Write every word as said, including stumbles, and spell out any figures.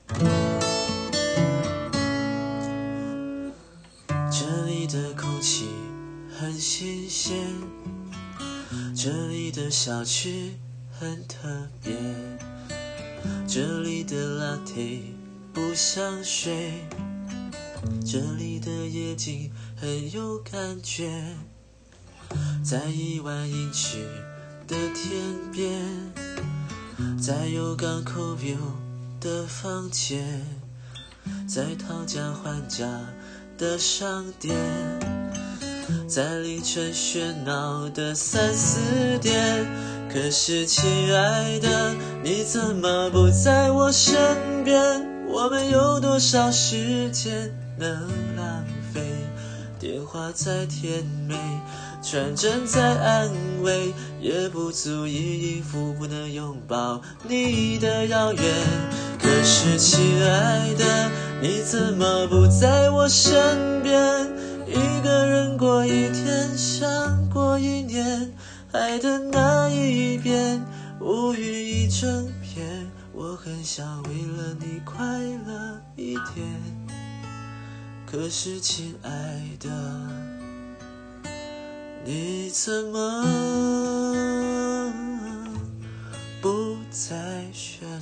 这里的空气很新鲜，这里的小吃很特别，这里的 latte 不想睡，这里的夜景很有感觉，在一万英尺的天边，在有港口 view 的房间，在讨价还价的商店，在凌晨喧闹的三四点。可是亲爱的，你怎么不在我身边？我们有多少时间能浪费？电话再甜美，传真再安慰，也不足以应付不能拥抱你的遥远。可是亲爱的，你怎么不在我身边？一个人过一天像过一年，爱的那一边乌云一整片，我很想为了你快乐一点。可是亲爱的，你怎么不在身